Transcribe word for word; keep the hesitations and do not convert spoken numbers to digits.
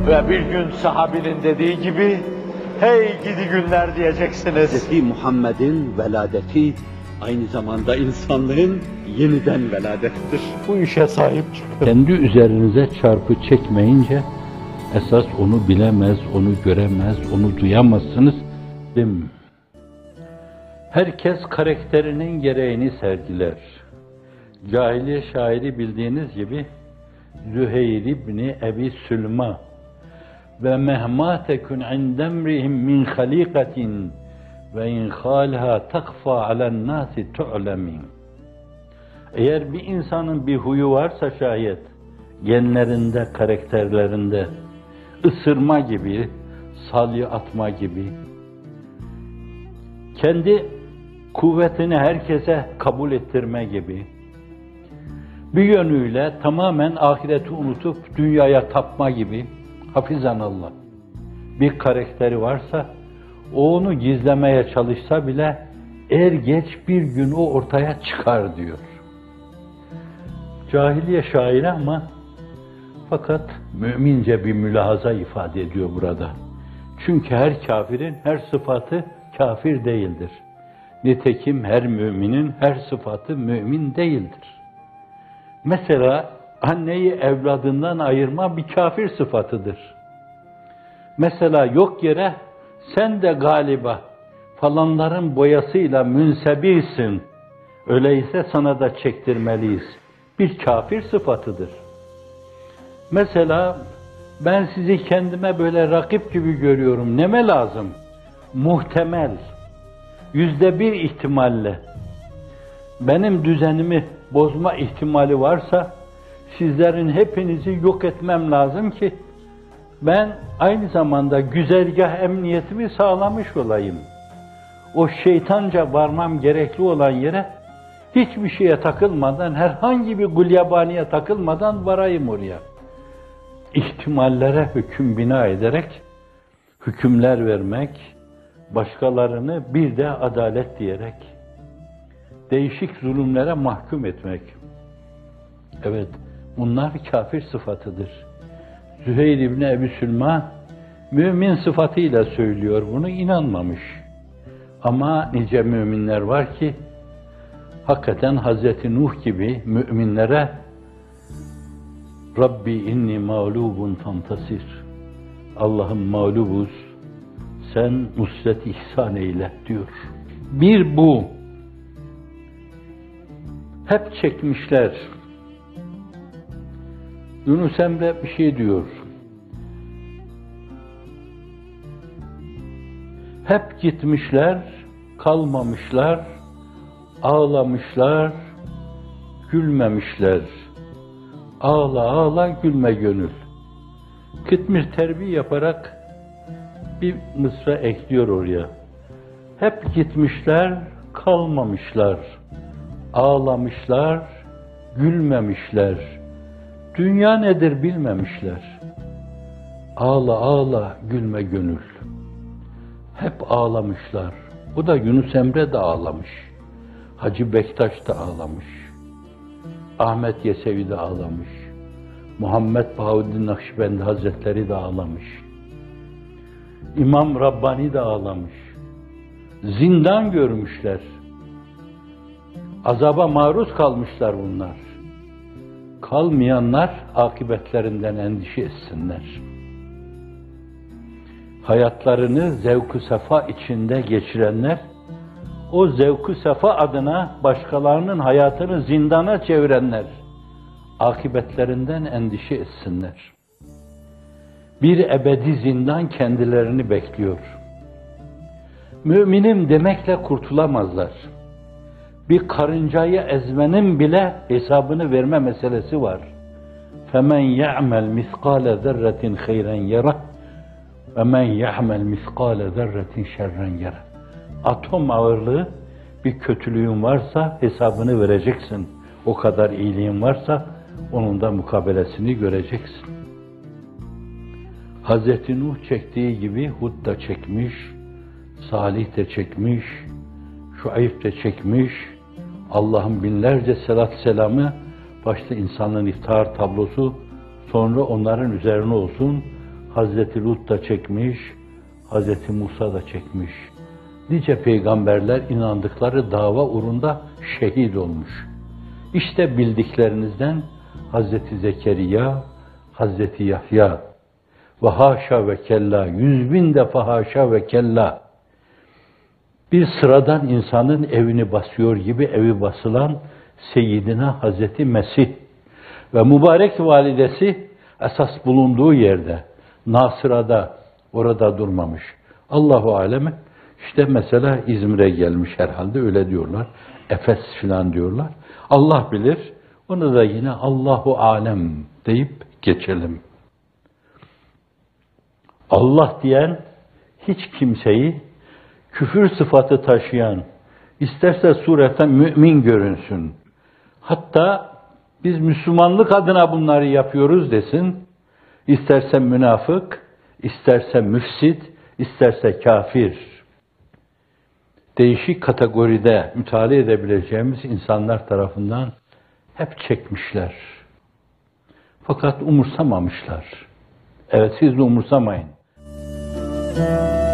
Ve bir gün sahabinin dediği gibi, hey gidi günler diyeceksiniz. Hazreti Muhammed'in veladeti aynı zamanda insanlığın yeniden veladettir. Bu işe sahip çıkın. Kendi üzerinize çarpı çekmeyince, esas onu bilemez, onu göremez, onu duyamazsınız. Değil mi? Herkes karakterinin gereğini sergiler. Cahiliye şairi bildiğiniz gibi, Züheyr ibni Ebi Sülma ve mehma tekun indemrihim min halikatin ve in khalha takfa alen nasi tu'lemin. Eğer bir insanın bir huyu varsa şayet, genlerinde, karakterlerinde, ısırma gibi, salya atma gibi, kendi kuvvetini herkese kabul ettirme gibi, bir yönüyle tamamen ahireti unutup dünyaya tapma gibi, hafizanallah, bir karakteri varsa, o onu gizlemeye çalışsa bile, er geç bir gün o ortaya çıkar diyor. Cahiliye şairi ama, fakat mümince bir mülahaza ifade ediyor burada. Çünkü her kafirin her sıfatı kafir değildir. Nitekim her müminin her sıfatı mümin değildir. Mesela anneyi evladından ayırma bir kafir sıfatıdır. Mesela yok yere sen de galiba falanların boyasıyla münsebisin, öyleyse sana da çektirmeliyiz. Bir kafir sıfatıdır. Mesela ben sizi kendime böyle rakip gibi görüyorum, neme lazım? Muhtemel, yüzde bir ihtimalle benim düzenimi bozma ihtimali varsa sizlerin hepinizi yok etmem lazım ki ben aynı zamanda güzergah emniyetimi sağlamış olayım. O şeytanca varmam gerekli olan yere hiçbir şeye takılmadan, herhangi bir gulyabaniye takılmadan varayım oraya. İhtimallere hüküm bina ederek hükümler vermek, başkalarını bir de adalet diyerek değişik zulümlere mahkum etmek. Evet, bunlar kafir sıfatıdır. Züheyr ibn Ebi Sülma, mümin sıfatıyla söylüyor bunu, inanmamış. Ama nice müminler var ki, hakikaten Hazreti Nuh gibi müminlere Rabbi inni mağlubun fantasir. Allah'ım mağlubuz, sen nusret ihsan eyle diyor. Bir bu, hep çekmişler. Yunus Emre bir şey diyor. Hep gitmişler, kalmamışlar, ağlamışlar, gülmemişler. Ağla ağla gülme gönül. Kıtmir terbiye yaparak bir mısra ekliyor oraya. Hep gitmişler, kalmamışlar, ağlamışlar, gülmemişler. Dünya nedir bilmemişler. Ağla ağla gülme gönül. Hep ağlamışlar. Bu da Yunus Emre de ağlamış. Hacı Bektaş da ağlamış. Ahmet Yesevi de ağlamış. Muhammed Bahuddin Nakşibendi Hazretleri de ağlamış. İmam Rabbani de ağlamış. Zindan görmüşler. Azaba maruz kalmışlar bunlar. Kalmayanlar akıbetlerinden endişe etsinler. Hayatlarını zevk-ü sefa içinde geçirenler, o zevk-ü sefa adına başkalarının hayatını zindana çevirenler, akıbetlerinden endişe etsinler. Bir ebedi zindan kendilerini bekliyor. Müminim demekle kurtulamazlar. Bir karıncayı ezmenin bile hesabını verme meselesi var. فَمَنْ يَعْمَلْ مِثْقَالَ ذَرَّةٍ خَيْرًا يَرَهُ وَمَنْ يَعْمَلْ مِثْقَالَ ذَرَّةٍ شَرًّا يَرَهُ. Atom ağırlığı bir kötülüğün varsa hesabını vereceksin. O kadar iyiliğin varsa onun da mukabelesini göreceksin. Hazreti Nuh çektiği gibi Hud da çekmiş, Salih de çekmiş, Şuayb de çekmiş. Allah'ın binlerce selat selamı, başta insanlığın iftihar tablosu, sonra onların üzerine olsun, Hazreti Lut da çekmiş, Hazreti Musa da çekmiş. Nice peygamberler inandıkları dava uğrunda şehit olmuş. İşte bildiklerinizden Hazreti Zekeriya, Hazreti Yahya ve haşa ve kella, yüz bin defa haşa ve kella, bir sıradan insanın evini basıyor gibi evi basılan Seyyidina Hazreti Mesih ve mübarek validesi esas bulunduğu yerde, Nasıra'da, orada durmamış. Allahu aleme, işte mesela İzmir'e gelmiş herhalde, öyle diyorlar. Efes filan diyorlar. Allah bilir, onu da yine Allahu alem deyip geçelim. Allah diyen hiç kimseyi küfür sıfatı taşıyan, isterse sureten mümin görünsün, hatta biz Müslümanlık adına bunları yapıyoruz desin, isterse münafık, isterse müfsit, isterse kafir, değişik kategoride müteala edebileceğimiz insanlar tarafından hep çekmişler. Fakat umursamamışlar. Evet, siz de umursamayın.